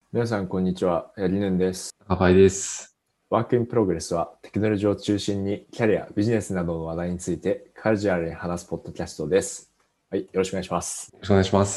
皆さん、こんにちは。リヌンです。 赤パイです。 ワークインプログレスは、テクノロジーを中心に、キャリア、ビジネスなどの話題について、カジュアルに話すポッドキャストです。はい、よろしくお願いします。 よろしくお願いします。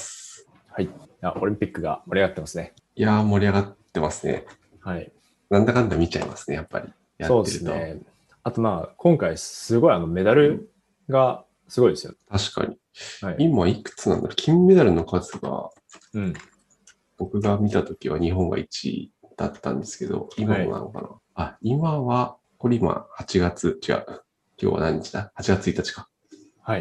はい。オリンピックが盛り上がってますね。 いやー、盛り上がってますね。 はい。 なんだかんだ見ちゃいますね、やっぱり。やっそうでてると。 すね。あと、今回、すごいメダルがすごいですよね。 確かに。 はい。 今いくつなんだろう。金メダルの数が、 うん。 僕が見たときは日本が1位だったんですけど、今はい。 もなのかな。あ、今は、これ今8月、違う。今日は何日だ？ 8 月1日か。 はい。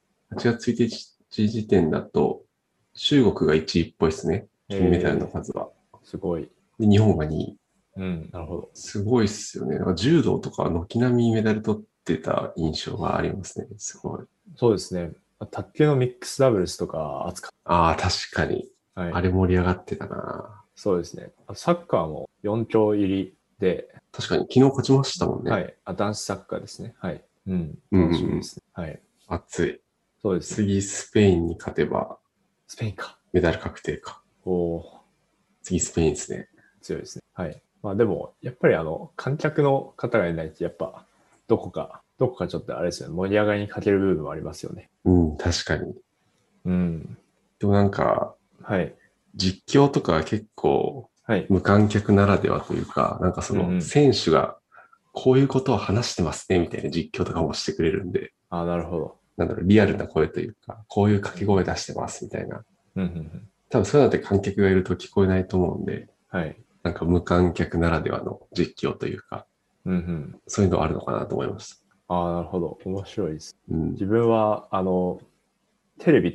8月1日時点だと、中国が1位っぽいですね。金メダルの数は。 すごい。 で、日本が2位。 うん、なるほど。 すごいっすよね。なんか柔道とか軒並みメダル取ってた印象がありますね。すごい。 そうですね。卓球のミックスダブルスとか熱かっああ、確かに。 た。はい。 あれ盛り上がってたな。 そうですね。サッカーも4強入りで、 確かに昨日勝ちましたもんね。 はい。男子サッカーですね。はい。うん。 うんうんうん。 楽しみですね。はい。 熱い。 そうですね。 次、スペインに勝てばスペインか。 メダル確定か。 おー、 次、スペインですね。 強いですね。はい。でも、やっぱり観客の方がいないと、やっぱ、どこかちょっとあれですよね。盛り上がりに欠ける部分もありますよね。 うん、確かに。 うん。 でもなんか、 はい。 実況とかは結構はい。 無観客ならではというか、なんかそのうんうん。 選手がこういうことを話してますねみたいな実況とかもしてくれるんで、 あ、なるほど。 なんだろう、リアルな声というか、こういう掛け声出してますみたいな。 うんうんうん。 多分そういうのって観客がいると聞こえないと思うんで、 はい。 なんか無観客ならではの実況というか、 うんうん。 そういうのあるのかなと思いました。 ああ、なるほど。面白いです。 うん。 自分は、テレビって、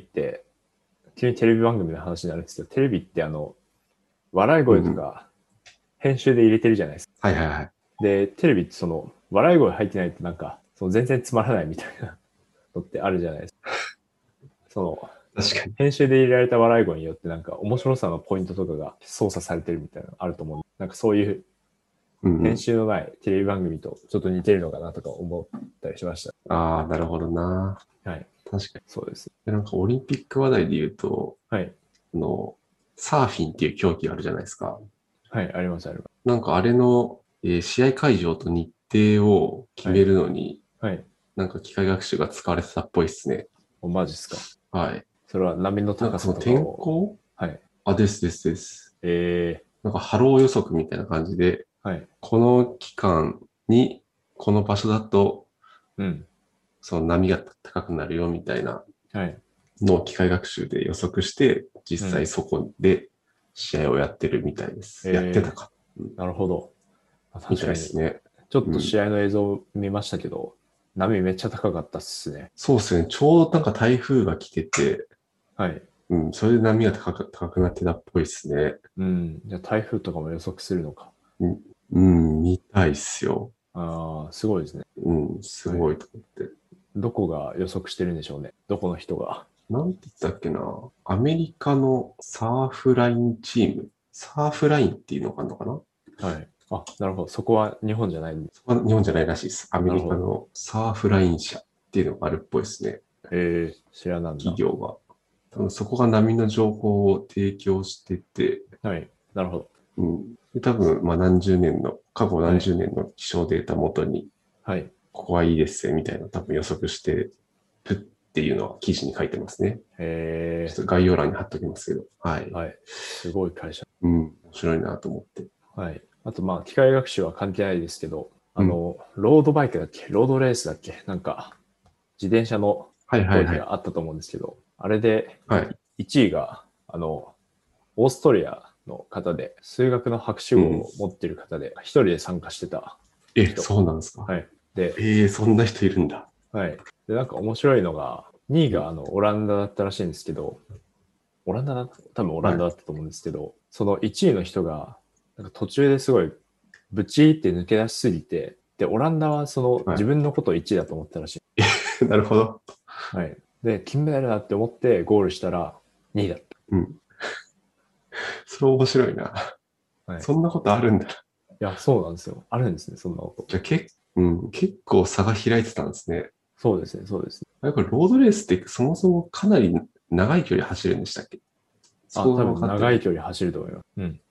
急にテレビ番組の話になるんですけど、テレビって笑いうんうん。 声とか編集で入れてるじゃないですか。 はいはいはい。 で、テレビって笑い声入ってないと全然つまらないみたいなのってあるじゃないですか。その、 確かに。 編集で入れられた笑い声によって面白さのポイントとかが操作されてるみたいなのあると思う。そういう編うんうん。 集のないテレビ番組とちょっと似てるのかなとか思ったりしましああ、なるほどな。 た。はい。 確かに。 そうです。 でなんかオリンピック話題で言うと、 はい。 あの、サーフィンっていう競技があるじゃないですか。 はい、あります、あります。 なんかあれの、試合会場と日程を決めはい。 るのに、 はい。 なんか機械学習が使われてたっぽいっすね。 マジっすか。 はい。 それは波のなんか高さとかその天を、 候はい。 あ、ですですです。 えなんか波浪予測みたいな感じで、 はい。 この期間に、この場所だと、 うん。 その波が高くなるよみたいなはい。 のを機械学習で予測して、 うん。 実際そこで試合をやってるみたいです。やってたか。うん、 なるほど。 みたい確かに、 ですね。 ちょっうん。 と試合の映像見ましたけど、波めっちゃ高かったっすね。 そうですね。ちょうどなんか台風が来てて、 はい。 うん、それで波が高くなってたっぽいですね。 うん。じゃあ台風とかも予測するのか。 うん、うん、見たいっすよ。 ああ、すごいですね。 うん、すはい。 ごいと思って。 どこが予測してるんでしょうね。どこの人が。 なんて言ったっけな。アメリカのサーフラインチーム。サーフラインっていうのがあるのかな。 はい。あ、なるほど。そこは日本じゃないんで。 そこは日本じゃないらしいです。アメリカなるほど。 のサーフライン社っていうのがあるっぽいですね。 知らなんだ。 企業が。多分そこが波の情報を提供してて、 はい。なるほど。 うん。で、多分、まあ過去はい。 何十年の気象データ元に、 はい。 ここはいいですよみたいな多分予測してるっていうのは記事に書いてますね。ちょっと概要欄に貼っときますけど。はい。 はい。すごい会社。 うん。面白いなと思って。 はい。あと機械学習は関係ないですけど、 うん。 ロードバイクだっけロードレースだっけ自転車のはいはいはい。 競技があったと思うんですけど、あれではい。 1位が、オーストリアの方で、数学の博士号うんうん。 を持っている方で、一人で参加してたえ、 人。 そうなんですか。 はい。で、 そんな人いるんだ。 はい。で、面白いのが、2位うん。 がオランダだったらしいんですけど、多分オランはい。 ダだったと思うんですけど、その1位の人が、途中ですごい、ブチーって抜け出しすぎて、で、オランダはその自は分のことを1位だと思ったらしい。 い。なるほど。 はい。で、金メダルだって思ってゴールしたら2位だっうん。それ面白いな。 た。はい。いそんなことあるんだ。 や、そうなんですよ。あるんですね、そんなこと。 じゃあ、うん、結構差が開いてたんですね。 そうですね、そうですね。 やっぱりロードレースってそもそもかなり長い距離走るんでしたっけ？そこが多分分かってない。 長い距離走ると思います。うん。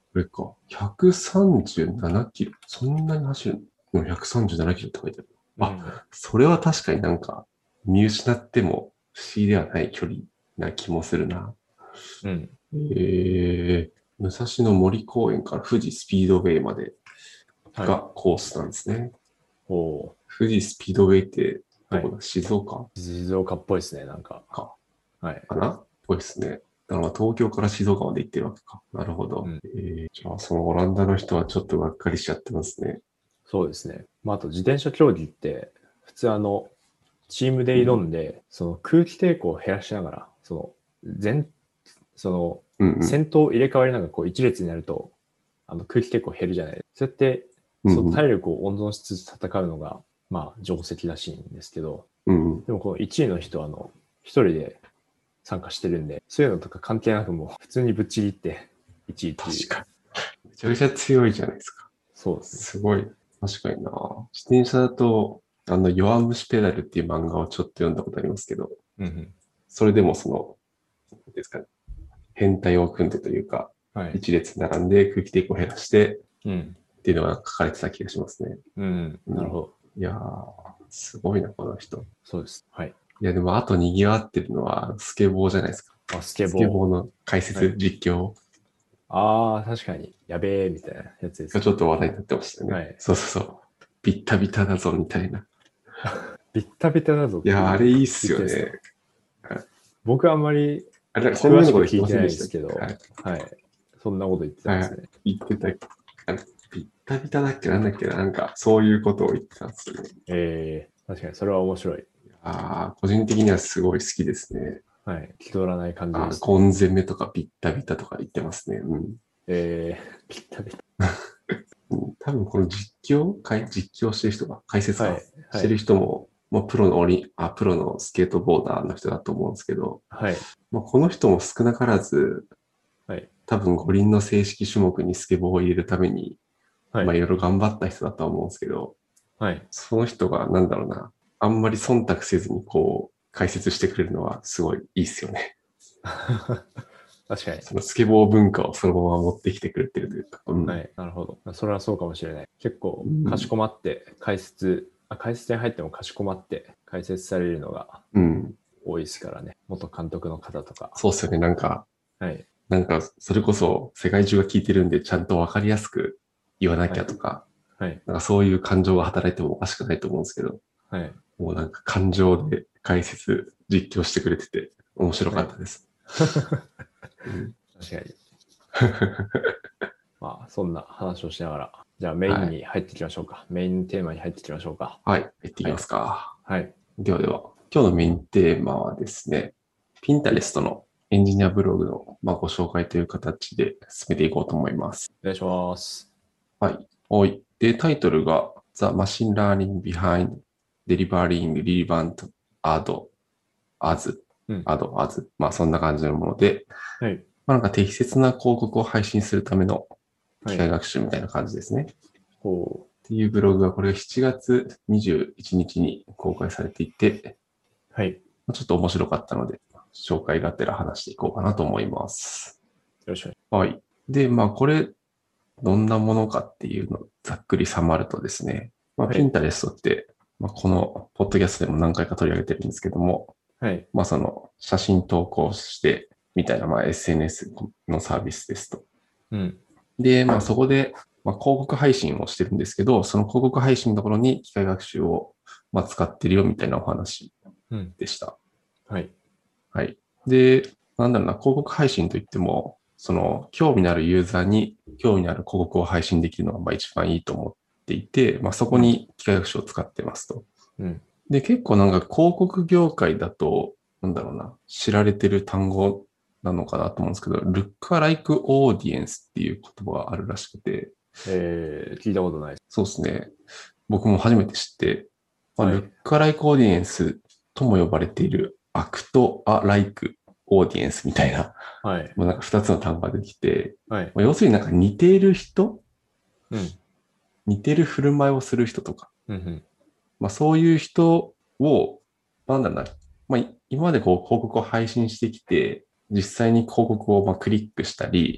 これか。137キロ。そんなに走るの？ 137 キロって書いてある。それは確かになんか見失っても不思議ではない距離な気もするな。 うん。 武蔵野森公園から富士スピードウェイまでがコースなんですね。 富士スピードウェイってどこだ、静岡？ 静岡っぽいですね、なんか。 はい。かなっぽいですね。だから東京から静岡まで行ってるわけか。なるほど。じゃあそのオランダの人はちょっとがっかりしちゃってますね。 そうですね。あと自転車競技って普通チームで挑んで、その空気抵抗を減らしながら、先頭入れ替わりながら一列になると、空気抵抗減るじゃないですか。そうやって、その体力を温存しつつ戦うのが、定石らしいんですけど、でもこの1位の人は一人で参加してるんで、そういうのとか関係なくもう普通にぶっちぎって1位っていう。 確かに。めちゃくちゃ強いじゃないですか。 そうですね。 すごい。確かにな。自転車だと、弱虫ペダルっていう漫画をちょっと読んだことありますけど、それでもなんですかね、変態を組んでというか、一列並んで空気抵抗を減らして、っていうのが書かれてた気がしますね。 なるほど。 いやー、すごいな、この人。 そうです。はい。 いや、でも、あと賑わってるのは、スケボーじゃないですか。 スケボーの解説、実況。 確かに。やべえ、みたいなやつです、 がちょっと話題になってましたね。そうそうそう。ビッタビタだぞ、みたいな。 ビッタビタだぞ。 いや、あれいいっすよね。 僕はあんまり、 そんなこと言聞いてないですけど、はい。そんなこと言ってたんですね。 言ってた。ビッタビタだっけなんだっけなんか、そういうことを言ってたんですよね。 確かに、それは面白い。 個人的にはすごい好きですね。 はい。気取らない感じです、ね。 コン攻めとかビッタビタとか言ってますね。 ビッタビタ。 多分この実況してる人が、解説してる人も、プロのスケートボーダーの人だと思うんですけど、この人も少なからず、多分五輪の正式種目にスケボーを入れるために、いろいろ頑張った人だとは思うんですけど、その人がなんだろうな、あんまり忖度せずに解説してくれるのはすごいいいっすよね。 確かに。 そのスケボー文化をそのまま持ってきてくれてるというか。 はい、なるほど。それはそうかもしれない。結構、かしこまって解説に入ってもかしこまって解説されるのが多いですからね。元監督の方とか。 そうっすよね。なんか、それこそ世界中が聞いてるんで、ちゃんとわかりやすく言わなきゃとか、なんかそういう感情が働いてもおかしくないと思うんですけど、もうなんか感情で解説、実況してくれてて面白かったです。 確かに。そんな話をしながら、じゃあメインに入っていきましょうか。メインテーマに入っていきましょうか。 はい、入っていきますか。 はい。 では、今日のメインテーマはですね、Pinterest のエンジニアブログのご紹介という形で進めていこうと思います。 お願いします。 はい。で、タイトルが The Machine Learning Behind Delivering Relevant Ad As。そんな感じのもので、なんか適切な広告を配信するための機械学習みたいな感じですね。っていうブログがこれが7月21日に公開されていて、ちょっと面白かったので、紹介がてら話していこうかなと思います。 よろしくお願いします。 で、これ、どんなものかっていうのをざっくりサマるとですね、Pinterest って、このポッドキャストでも何回か取り上げてるんですけども、その写真投稿してみたいな、SNS のサービスですと。で、そこで、広告配信をしてるんですけど、その広告配信のところに機械学習を、使ってるよみたいなお話でした。で、広告配信といっても、その興味のあるユーザーに興味のある広告を配信できるのが一番いいと思っていて、そこに機械学習を使ってますと。で、結構広告業界だと、知られてる単語なのかなと思うんですけど、Look-alike audience っていう言葉があるらしくて。 聞いたことないです。 そうですね。僕も初めて知って、Look-alike audience とも呼ばれている Act-alike audience みたいな、2つの単語ができて、要するに似ている人、似てる振る舞いをする人とか、そういう人を、今まで広告を配信してきて、実際に広告をクリックしたり、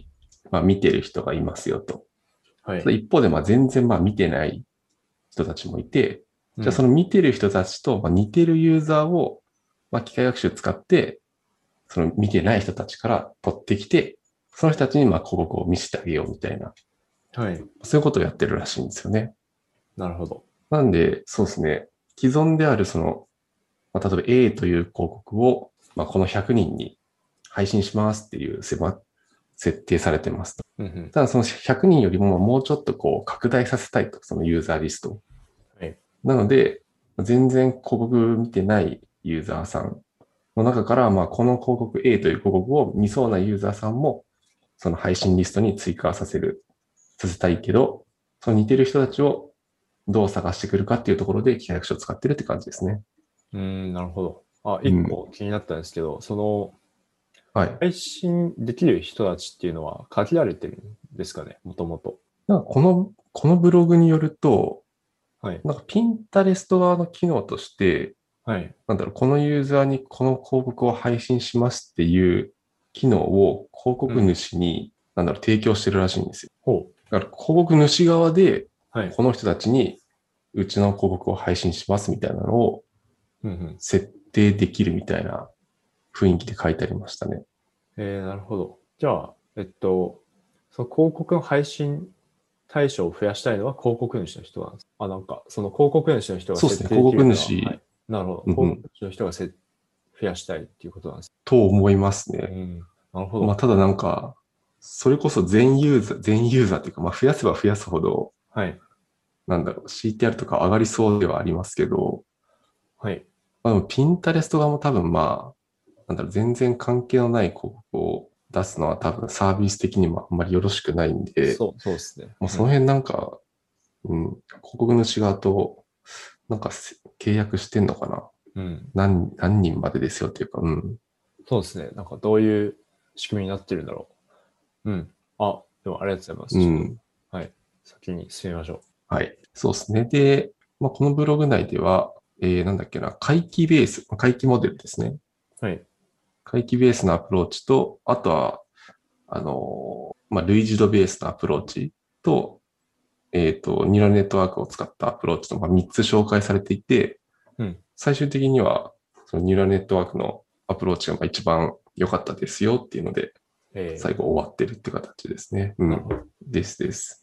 まあ、見てる人がいますよと。 はい。 一方で、まあ、全然まあ見てない人たちもいて、じゃあその見てる人たちと似てるユーザーを、まあ、機械学習使って、その見てない人たちから取ってきて、その人たちにまあ広告を見せてあげようみたいな。 はい。 そういうことをやってるらしいんですよね。 なるほど。 なんで、そうですね。既存であるその、まあ、例えば A という広告を、まあ、この100人に配信しますっていう設定されてますと。ただその100人よりももうちょっとこう拡大させたいと、そのユーザーリストを。 はい。 なので、全然広告見てないユーザーさんの中から、まあこの広告 A という広告を見そうなユーザーさんも、その配信リストに追加させたいけど、その似てる人たちをどう探してくるかっていうところで機械学習を使ってるって感じですね。 なるほど。一個気になったんですけど、 はい。 配信できる人たちっていうのは限られてるんですかね、もともと。 なんかこのブログによると、 はい。 なんかピンタレスト側の機能として、 はい。 なんだろう、このユーザーにこの広告を配信しますっていう機能を広告主に、なんだろう、提供してるらしいんですよ。 ほう。 だから広告主側で、 はい。 この人たちにうちの広告を配信しますみたいなのを設定できるみたいな雰囲気で書いてありましたね。 なるほど。じゃあ、その広告の配信対象を増やしたいのは広告主の人なんです。なんか、その広告主の人が設そうですね、広告定できるなら、は主、 い。なるほど。 うんうん、 広告主の人が増やしたいっていうことなんです。 と思いますね。 なるほまあ、 ど。 ただなんか、それこそ全ユーザーっていうか、まあ、増やせば増やすほど、 はい。 なんだろう、CTR とか上がりそうではありますけど、 はい。 まあ、でもピンタレスト側も多分まあ、なんだろう、全然関係のない広告を出すのは多分サービス的にもあんまりよろしくないんで、 そうですね。 もうその辺なんか、広告主側と、なんか契約してんのかな。 うん。 何人までですよっていうか、 そうですね。なんかどういう仕組みになってるんだろう。でもありがとうございます。はい。先に進みましょう。 はい。そうですね。で、まあ、このブログ内では、なんだっけな、回帰ベース、回帰モデルですね。 はい。 回帰ベースのアプローチと、あとは、まあ、類似度ベースのアプローチと、ニューラルネットワークを使ったアプローチと、まあ、3つ紹介されていて、最終的には、そのニューラルネットワークのアプローチが一番良かったですよっていうので、最後終わってるって形ですね。です。。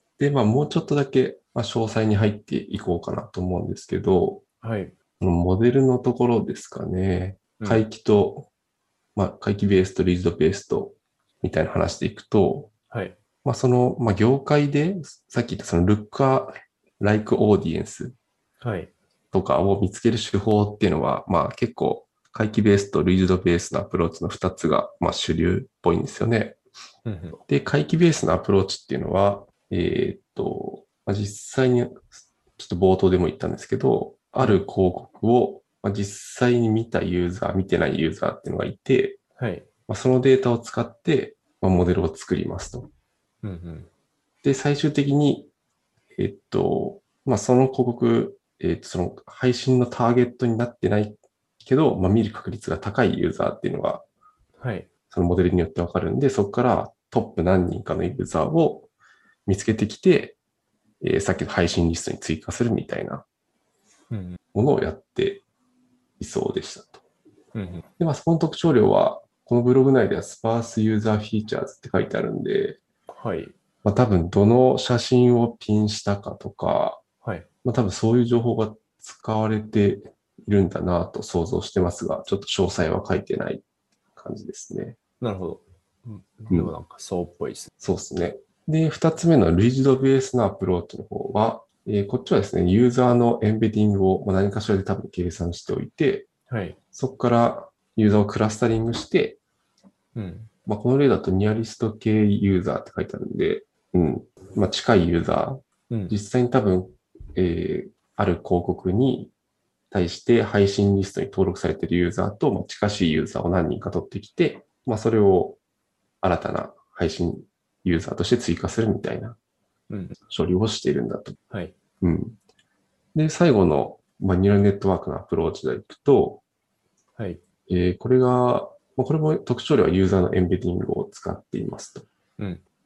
で、まあ、もうちょっとだけ、まあ、詳細に入っていこうかなと思うんですけど、 はい。 モデルのところですかね。回帰と、まあ、回帰ベースとリードベースと、みたいな話でいくと、 はい。 まあ、まあ、業界で、さっき言ったその Look Like Audience とかを見つける手法っていうのは、まあ、結構、回帰ベースとリードベースのアプローチの2つが、まあ、主流っぽいんですよね。で、回帰ベースのアプローチっていうのは、まあ、実際に、ちょっと冒頭でも言ったんですけど、ある広告を、まあ、実際に見たユーザー、見てないユーザーっていうのがいて、 はい。 まあ、そのデータを使って、まあ、モデルを作りますと。で、最終的に、まあ、その広告、その配信のターゲットになってないけど、まあ、見る確率が高いユーザーっていうのが、 はい。 そのモデルによってわかるんで、そこからトップ何人かのユーザーを見つけてきて、さっきの配信リストに追加するみたいなものをやっていそうでしたと。で、まあ、そこの特徴量は、このブログ内ではスパースユーザーフィーチャーズって書いてあるんで、 はい。 まあ、多分どの写真をピンしたかとか、 はい。 まあ、多分そういう情報が使われているんだなと想像してますが、ちょっと詳細は書いてない感じですね。 なるほど。でもなんかそうっぽいですね。 そうですね。で、二つ目のリジドベースのアプローチの方は、こっちはですね、ユーザーのエンベディングを何かしらで多分計算しておいて、 はい。 そこからユーザーをクラスタリングして、まあ、この例だとニアリスト系ユーザーって書いてあるんで、まあ、近いユーザー、実際に多分、ある広告に対して配信リストに登録されているユーザーと、まあ、近しいユーザーを何人か取ってきて、まあ、それを新たな配信ユーザーとして追加するみたいな処理をしているんだと。 はい。 で、最後の、まあ、ニューラルネットワークのアプローチでいくと、 はい。 これも特徴量はユーザーのエンベディングを使っていますと。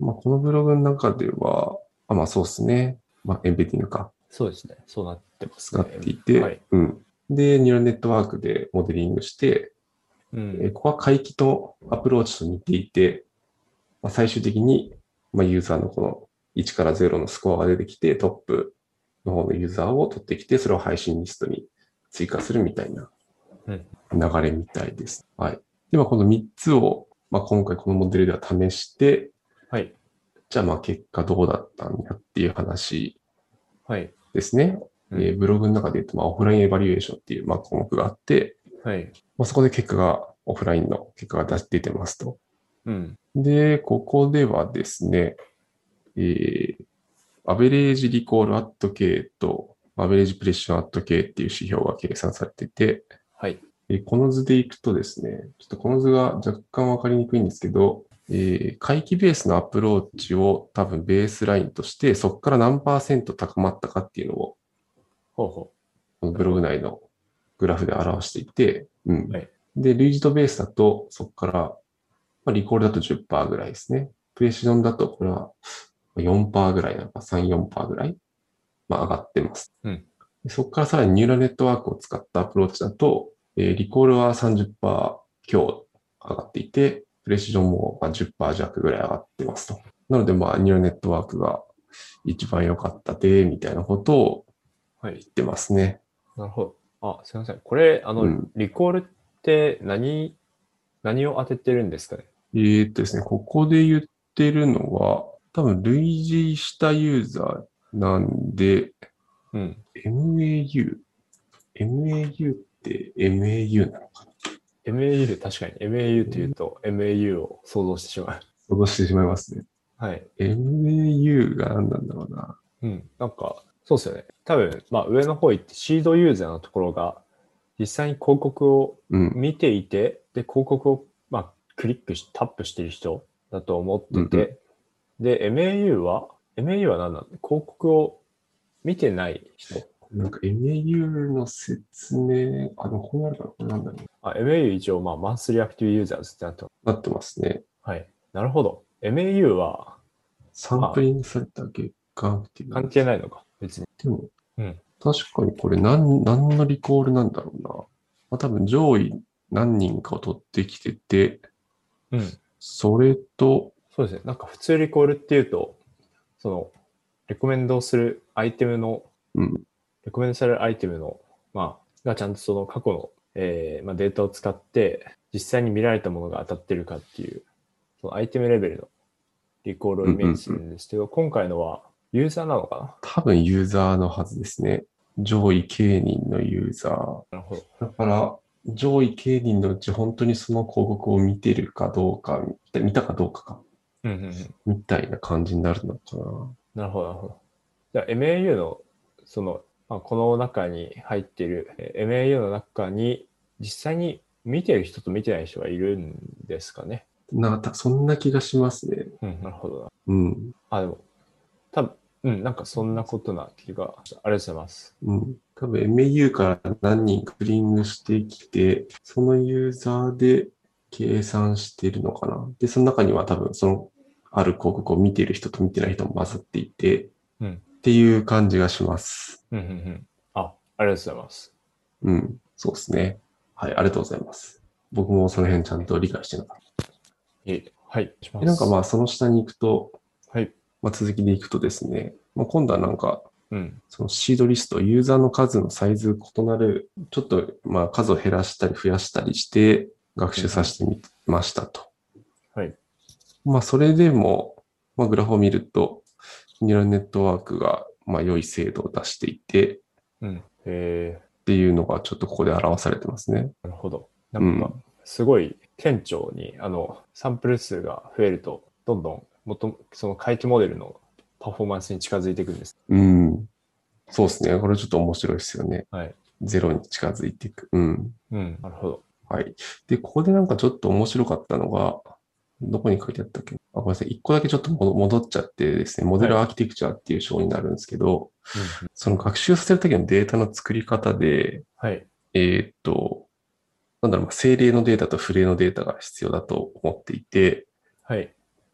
まあ、このブログの中では、まあそうですね。まあ、エンベディングか。 そうですね。そうなってますね。なっていて、はい、うん。で、ニューラルネットワークでモデリングして、ここは回帰とアプローチと似ていて、まあ、最終的に、まあ、ユーザーのこの1から0のスコアが出てきて、トップの方のユーザーを取ってきて、それを配信リストに追加するみたいな流れみたいです。はい。では、この3つを、まあ、今回このモデルでは試して、 はい。 じゃあ、まあ、結果どうだったんやっていう話ですね。ブログの中で言うと、まあ、オフラインエバリュエーションっていう、まあ、項目があって、 はい。 まあ、そこで結果が、オフラインの結果が出てますと。で、ここではですね、アベレージリコールアット K とアベレージプレッションアット K っていう指標が計算されてて、 はい。 この図でいくとですね、ちょっとこの図が若干わかりにくいんですけど、回帰ベースのアプローチを多分ベースラインとして、そこから何%高まったかっていうのを、このブログ内のグラフで表していて、はい、で、類似度ベースだと、そこから、まあ、リコールだと 10% ぐらいですね。プレシジョンだと、これは 4% ぐらいなのか、3、4% ぐらい、まあ、上がってます。そこからさらにニューラルネットワークを使ったアプローチだと、リコールは 30% 強上がっていて、プレシジョンも 10% 弱ぐらい上がってますと。なので、まあ、ニューラルネットワークが一番良かったで、みたいなことを言ってますね。 なるほど。すいません。これ、リコールって何を当ててるんですかね？ ですね、ここで言ってるのは、多分類似したユーザーなんで、MAU って MAU なのかな？ MAU、確かに MAU というと MAU を想像してしまう。 想像してしまいますね。 はい。 MAU が何なんだろうな。 なんか、そうですよね。多分、まあ上の方行ってシードユーザーのところが、実際に広告を見ていて、で、広告を、まあ、クリックし、タップしてる人だと思ってて、で、MAU は何なんだ？広告を見てない人？ なんか MAU の説明、こうなるかな？これなんだろう。 MAU 一応、まあ、マンスリーアクティブユーザーズってなってますね。 はい。なるほど。MAU は、 サンプリングされた月間アクティブ。 関係ないのか、別に。 でも、確かにこれ何のリコールなんだろうな。まあ、多分上位何人かを取ってきてて、それと、 そうですね。なんか普通リコールっていうと、その、レコメンドするアイテムの、レコメンドされるアイテムの、まあ、がちゃんとその過去の、まあ、データを使って、実際に見られたものが当たってるかっていう、そのアイテムレベルのリコールをイメージするんですけど、今回のはユーザーなのかな？ 多分ユーザーのはずですね。上位 K 人のユーザー。 なるほど。 だから、上位 K 人のうち本当にその広告を見てるかどうか、見たかどうかか。みたいな感じになるのかな。なるほど、なるほど。じゃあ MAU の、その、まあ、この中に入っている MAU の中に実際に見てる人と見てない人がいるんですかね？ そんな気がしますね。 なるほどな。 でも、多分、なんかそんなことな気が、ありがとうございます。 多分 MAU から何人クリングしてきて、そのユーザーで計算してるのかな。で、その中には多分そのある広告を見ている人と見てない人も混ざっていて、っていう感じがします。 ありがとうございます。 そうですね。はい、ありがとうございます。僕もその辺ちゃんと理解してなかった。 はい。 なんかまあその下に行くと、 はい。 まあ、続きでいくとですね、まあ、今度はなんか、そのシードリスト、ユーザーの数のサイズ異なる、ちょっとまあ数を減らしたり増やしたりして学習させてみましたと。 はい。 まあそれでも、まあグラフを見ると、ニューラルネットワークがまあ良い精度を出していて、っていうのがちょっとここで表されてますね。 なるほど。なんか、すごい顕著に、サンプル数が増えると、どんどんその回帰モデルのパフォーマンスに近づいていくんです。 そうですね。これちょっと面白いですよね。 はい。 ゼロに近づいていく。 なるほど。 はい。で、ここでなんかちょっと面白かったのが、どこに書いてあったっけ？ごめんなさい。一個だけちょっと戻っちゃってですね、モデルアーキテクチャっていう章になるんですけど、その学習させるときのデータの作り方で、なんだろう、精霊のデータと不霊のデータが必要だと思っていて、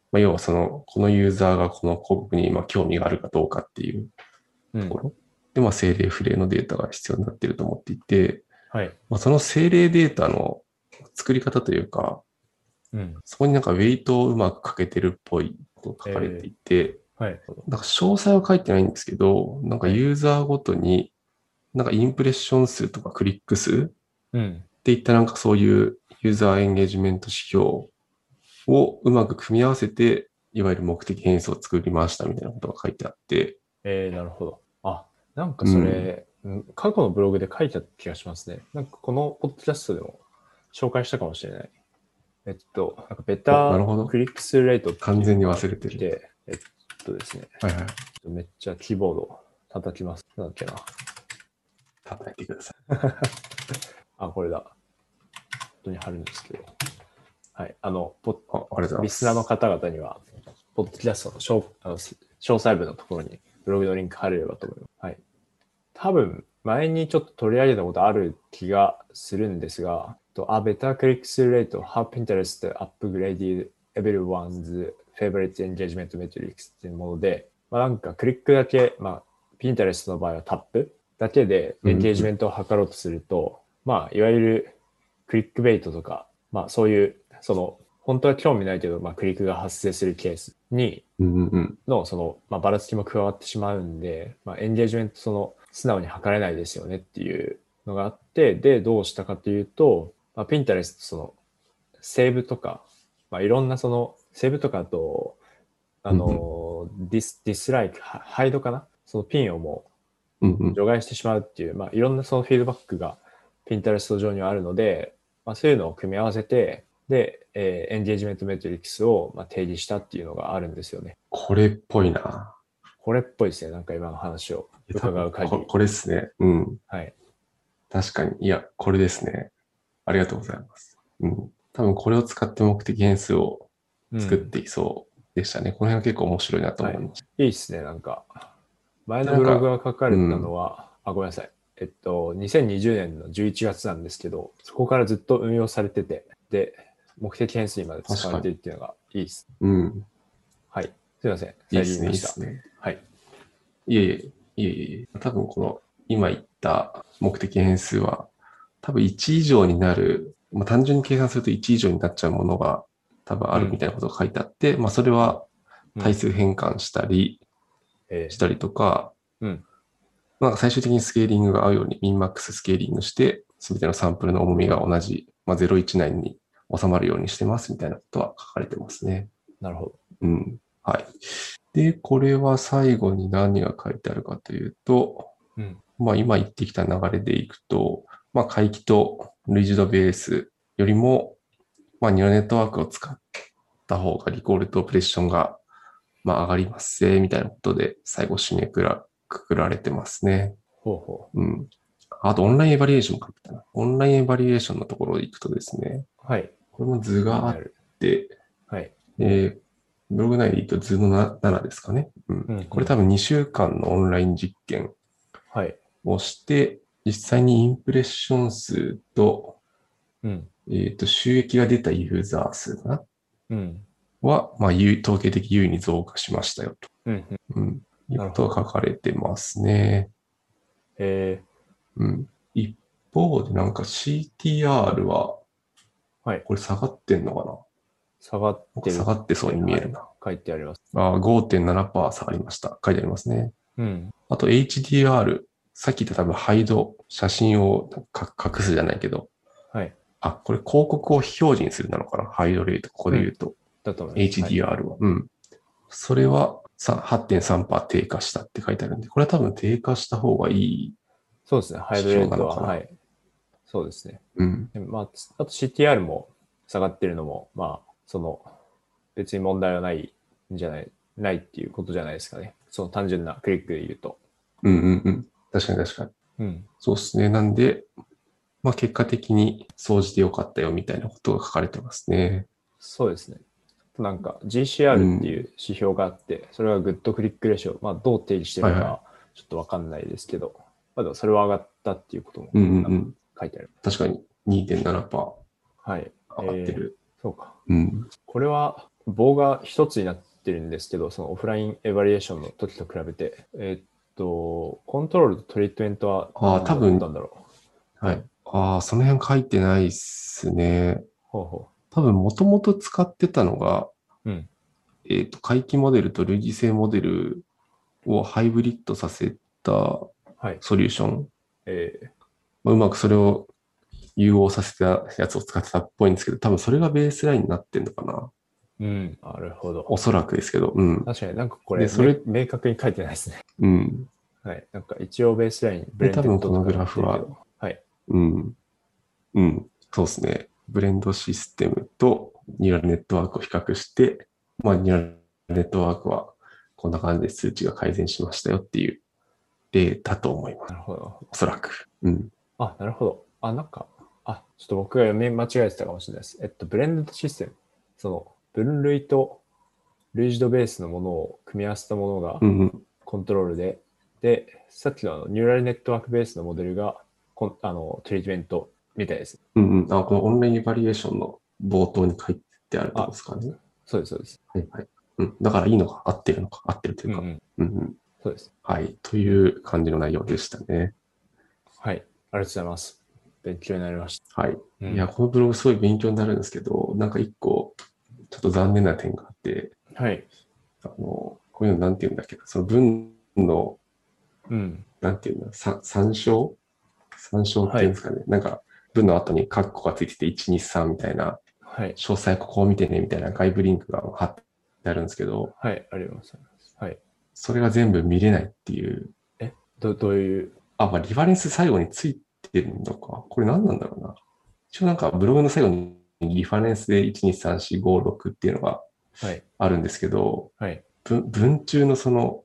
要はこのユーザーがこの広告に興味があるかどうかっていうところ、で、政令不令のデータが必要になっていると思っていて、 はい。 その政令データの作り方というか、そこになんかウェイトをうまくかけてるっぽいことが書かれていて、 はい。 なんか詳細は書いてないんですけど、なんかユーザーごとに、なんかインプレッション数とかクリック数っていったなんかそういうユーザーエンゲージメント指標をうまく組み合わせて、いわゆる目的変数を作りましたみたいなことが書いてあって。 なるほど。あ、なんかそれ、過去のブログで書いた気がしますね。なんかこのポッドキャストでも紹介したかもしれない。なんかベタークリックスレートって完全に忘れてる。 ですね。 はいはい。 めっちゃキーボード叩きます。なんだっけな。 叩いてください。 あ、これだ。本当に貼るんですけど。はい。リスナーの方々には、ポッドキャストの詳細部のところにブログのリンク貼れればと思います。はい。多分、前にちょっと取り上げたことある気がするんですが、better click-through rate, how Pinterest upgraded everyone's favorite engagement metrics っていうもので、なんかクリックだけ、Pinterest の場合はタップだけでエンゲージメントを測ろうとすると、いわゆるクリックベイトとか、そういう、本当は興味ないけど、クリックが発生するケースに、の、ばらつきも加わってしまうんで、エンゲージメント、素直に測れないですよねっていうのがあって、で、どうしたかというと、Pinterest、セーブとか、いろんなセーブとかと、ディスライク、ハイドかなそのピンをもう除外してしまうっていう、いろんなフィードバックが Pinterest 上にはあるので、そういうのを組み合わせて、で、エンゲージメントメトリックスを定義したっていうのがあるんですよね。 これっぽいな。 これっぽいですね。なんか今の話を伺う限り。 これですね。 はい。 確かに。いや、これですね。ありがとうございます。多分これを使って目的変数を作っていそうでしたね。この辺は結構面白いなと思いました。 いいですね。なんか、前のブログが書かれたのは、ごめんなさい。2020年の11月なんですけど、そこからずっと運用されてて、で、目的変数にまで使われているっていうのがいいです。はい。すいません。 いいですね。いいですね。 はい。 いえ。多分この今言った目的変数は多分1以上になる、単純に計算すると1以上になっちゃうものが多分あるみたいなことが書いてあって、それは対数変換したりとか、なんか最終的にスケーリングが合うようにミンマックススケーリングして、すべてのサンプルの重みが同じ、0.1内に収まるようにしてますみたいなことは書かれてますね。 なるほど。 はい。で、これは最後に何が書いてあるかというと、今言ってきた流れでいくと、回帰と類似度ベースよりも、ニューラルネットワークを使った方がリコールとプレッションが、上がりますぜ、みたいなことで最後締めくくられてますね。あと、オンラインエバリエーションも書いてたな。オンラインエバリエーションのところに行くとですね、 はい。 これも図があって、 はい。 ブログ内で言うと図の7ですかね。これ多分2週間のオンライン実験をして、実際にインプレッション数と、収益が出たユーザー数かな、は、統計的優位に増加しましたよと。いうことが書かれてますね。一方でなんか CTR は、これ下がってんのかな、 下がってる。 下がってそうに見えるな。 書いてあります。 5.7% 下がりました。書いてありますね。あと HDR、さっき言った多分ハイド、写真を隠すじゃないけど。これ広告を表示にするなのかな、ハイドレート、ここで言うと。HDR は。それは 8.3% 低下したって書いてあるんで、これは多分低下した方がいい。 そうですね。ハイドレートは、はい。そうですね。あと CTR も下がってるのも、別に問題はないっていうことじゃないですかね。その単純なクリックで言うと。 確かに。そうですね。なんで、結果的に総じて良かったよみたいなことが書かれてますね。 そうですね。なんか GCR っていう指標があって、それはグッドクリックレシオ。どう定義してるかちょっとわかんないですけど、でもそれは上がったっていうことも書いてある。 確かに 2.7% 上がってる。 そうか。これ棒が一つになってるんですけど、そのオフラインエバリエーションの時と比べて、コントロールとトリートメントは何だったんだろう。はい。その辺書いてないっすね。 ほうほう。 多分、もともと使ってたのが、 うん。 回帰モデルと類似性モデルをハイブリッドさせたソリューション。うまくそれを融合させたやつを使ってたっぽいんですけど、多分それがベースラインになってんのかな。 うん、なるほど。 おそらくですけど、うん。 確かになんかこれ、明確に書いてないですね。 うん。 はい。なんか一応ベースライン、 ブレンドで多分このグラフは、 はい。 うん。うん。そうですね。ブレンドシステムとニューラルネットワークを比較して、まあ、ニューラルネットワークはこんな感じで数値が改善しましたよっていう例だと思います。 なるほど。 おそらく。うん。 なるほど。なんか、ちょっと僕が読み間違えてたかもしれないです。ブレンドシステム。その、分類と類似度ベースのものを組み合わせたものがコントロールで、で、さっきのニューラルネットワークベースのモデルがトリートメントみたいです。 このオンラインバリエーションの冒頭に書いてあるところですかね。 そうです、そうです。 はいはい。だからいいのか、合ってるのか、合ってるというか。 そうです。 はい。という感じの内容でしたね。 はい。ありがとうございます。勉強になりました。 はい。いや、このブログすごい勉強になるんですけど、なんか一個、ちょっと残念な点があって、 はい。 こういうのなんて言うんだっけど、その文の、なんて言うんだ、参照っていうんですかね。なんか、文の後にカッコがついてて、1、2、3みたいな、詳細ここを見てねみたいな外部リンクが貼ってあるんですけど、 はい、あります。はい。 それが全部見れないっていう。 どういう。 まあ、リファレンス最後についてるのか。これ何なんだろうな。一応なんかブログの最後にリファレンスで1、2、3、4、5、6っていうのがあるんですけど、文中のその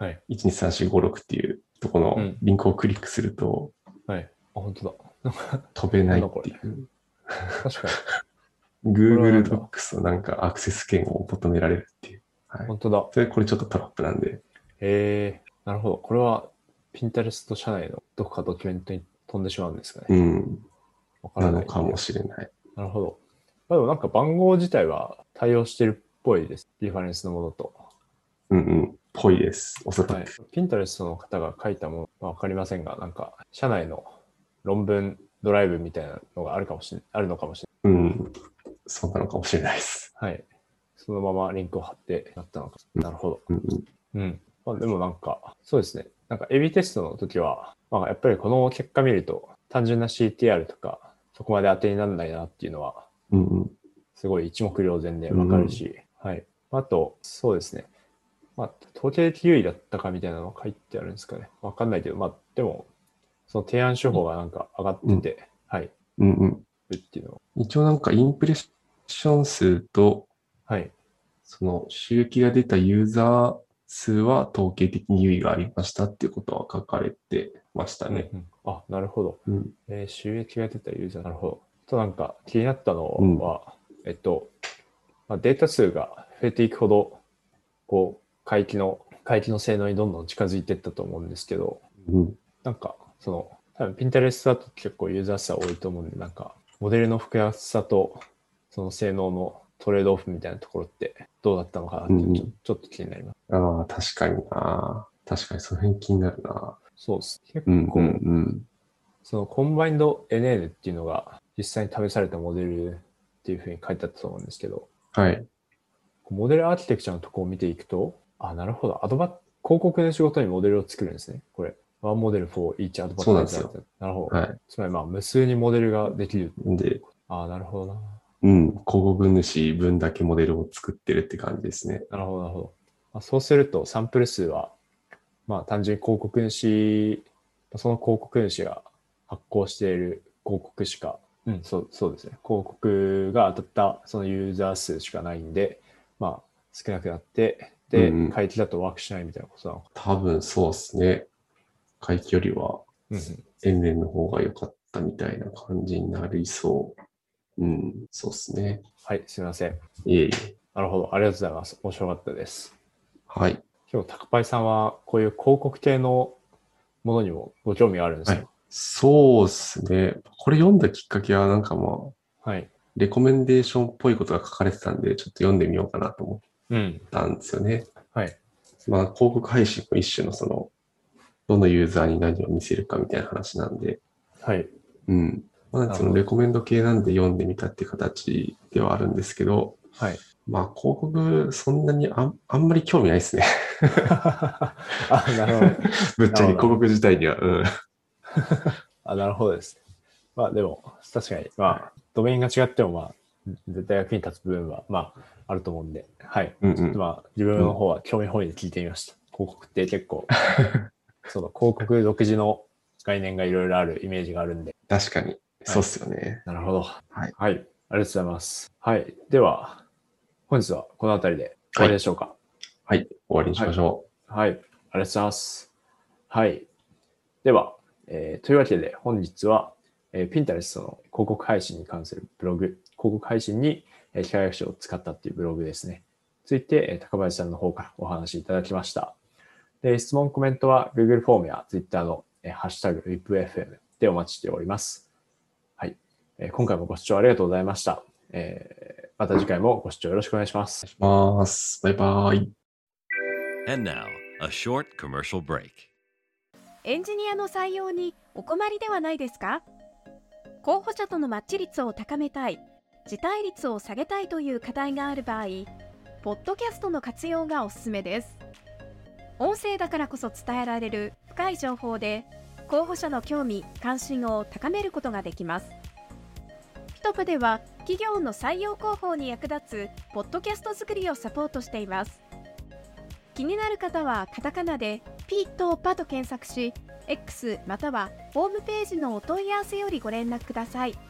1、2、3、4、5、6っていうとこのリンクをクリックすると、 本当だ。 飛べないっていう。 確かに。Google Docs のなんかアクセス権を求められるっていう。 本当だ。 これちょっとトラップなんで。 なるほど。これは Pinterest 社内のどこかドキュメントに飛んでしまうんですかね。 わからない。なのかもしれない。 なるほど。でもなんか番号自体は対応してるっぽいです。リファレンスのものと。 ぽいです。おそらく。 Pinterest の方が書いたものはわかりませんが、なんか社内の論文ドライブみたいなのがあるのかもしれない。 そうなのかもしれないです。 はい。そのままリンクを貼ってなったのか。なるほど。でもなんか、そうですね。なんか AB テストの時は、やっぱりこの結果見ると、単純な CTR とか、そこまで当てにならないなっていうのは、すごい一目瞭然でわかるし、はい。あと、そうですね。統計的優位だったかみたいなのが書いてあるんですかね。わかんないけど、でも、その提案手法がなんか上がってて、はい。っていうの一応なんかインプレッション数と、 はい。 その収益が出たユーザー数は統計的に優位がありましたっていうことは書かれてましたね。 なるほど。収益が出たユーザー、なるほど。となんか気になったのは、データ数が増えていくほど、こう、回帰の性能にどんどん近づいていったと思うんですけど、なんか、多分 Pinterest だと結構ユーザー数は多いと思うんで、なんか、モデルの複雑さと、その性能のトレードオフみたいなところってどうだったのかなってちょっと気になります。 確かにな。確かにその辺気になるな。 そうです。結構、そのコンバインド NN っていうのが実際に試されたモデルっていうふうに書いてあったと思うんですけど、モデルアーキテクチャのところを見ていくと、なるほど。広告の仕事にモデルを作るんですね。これ。One model for each advertiser。 そうなんですよ。 なるほど。つまり無数にモデルができる。 で、 なるほどな。 広告主分だけモデルを作ってるって感じですね。 なるほど、なるほど。そうすると、サンプル数は、単純に広告主、その広告主が発行している広告しか、そうですね。広告が当たったそのユーザー数しかないんで、少なくなって、で、回帰だとワークしないみたいなことなのか。 多分そうですね。回帰よりは、NN の方が良かったみたいな感じになりそう。そうですね。 はい、すみません。 いえいえ。 なるほど。ありがとうございます。面白かったです。 はい。 今日、タクパイさんは、こういう広告系のものにもご興味あるんですか？ そうですね。これ読んだきっかけは、なんかはい。 レコメンデーションっぽいことが書かれてたんで、ちょっと読んでみようかなと思ったんですよね。 はい。 まあ、広告配信の一種のどのユーザーに何を見せるかみたいな話なんで。 はい。 うん。まあ、レコメンド系なんで読んでみたっていう形ではあるんですけど、 はい。 まあ、広告、そんなにあんまり興味ないですね。 なるほど。 ぶっちゃけ広告自体には。 なるほどですね。まあでも、確かに、まあ、ドメインが違っても、まあ、絶対役に立つ部分は、まあ、あると思うんで、はい。ちょっとまあ、自分の方は興味本位で聞いてみました。広告って結構、広告独自の概念がいろいろあるイメージがあるんで。 確かに。そうっすよね。 なるほど。 はい。 はい。ありがとうございます。はい。では、本日はこの辺りで終わりでしょうか。 はい。終わりにしましょう。はい。ありがとうございます。はい。では、というわけで本日は、Pinterest の広告配信に関するブログ、広告配信に機械学習を使ったっていうブログですね。ついて、高林さんの方からお話しいただきました。で、質問、コメントは Google フォームや Twitter のハッシュタグ WIPFM でお待ちしております。はい。今回もご視聴ありがとうございました。また次回もご視聴よろしくお願いします。 お願いします。バイバイ。 And now, a short commercial break. エンジニアの採用にお困りではないですか？候補者とのマッチ率を高めたい、辞退率を下げたいという課題がある場合、ポッドキャストの活用がおすすめです。音声だからこそ伝えられる深い情報で、候補者の興味・関心を高めることができます。ピトプでは企業の採用広報に役立つポッドキャスト作りをサポートしています。気になる方はカタカナでピとパと検索し、X またはホームページのお問い合わせよりご連絡ください。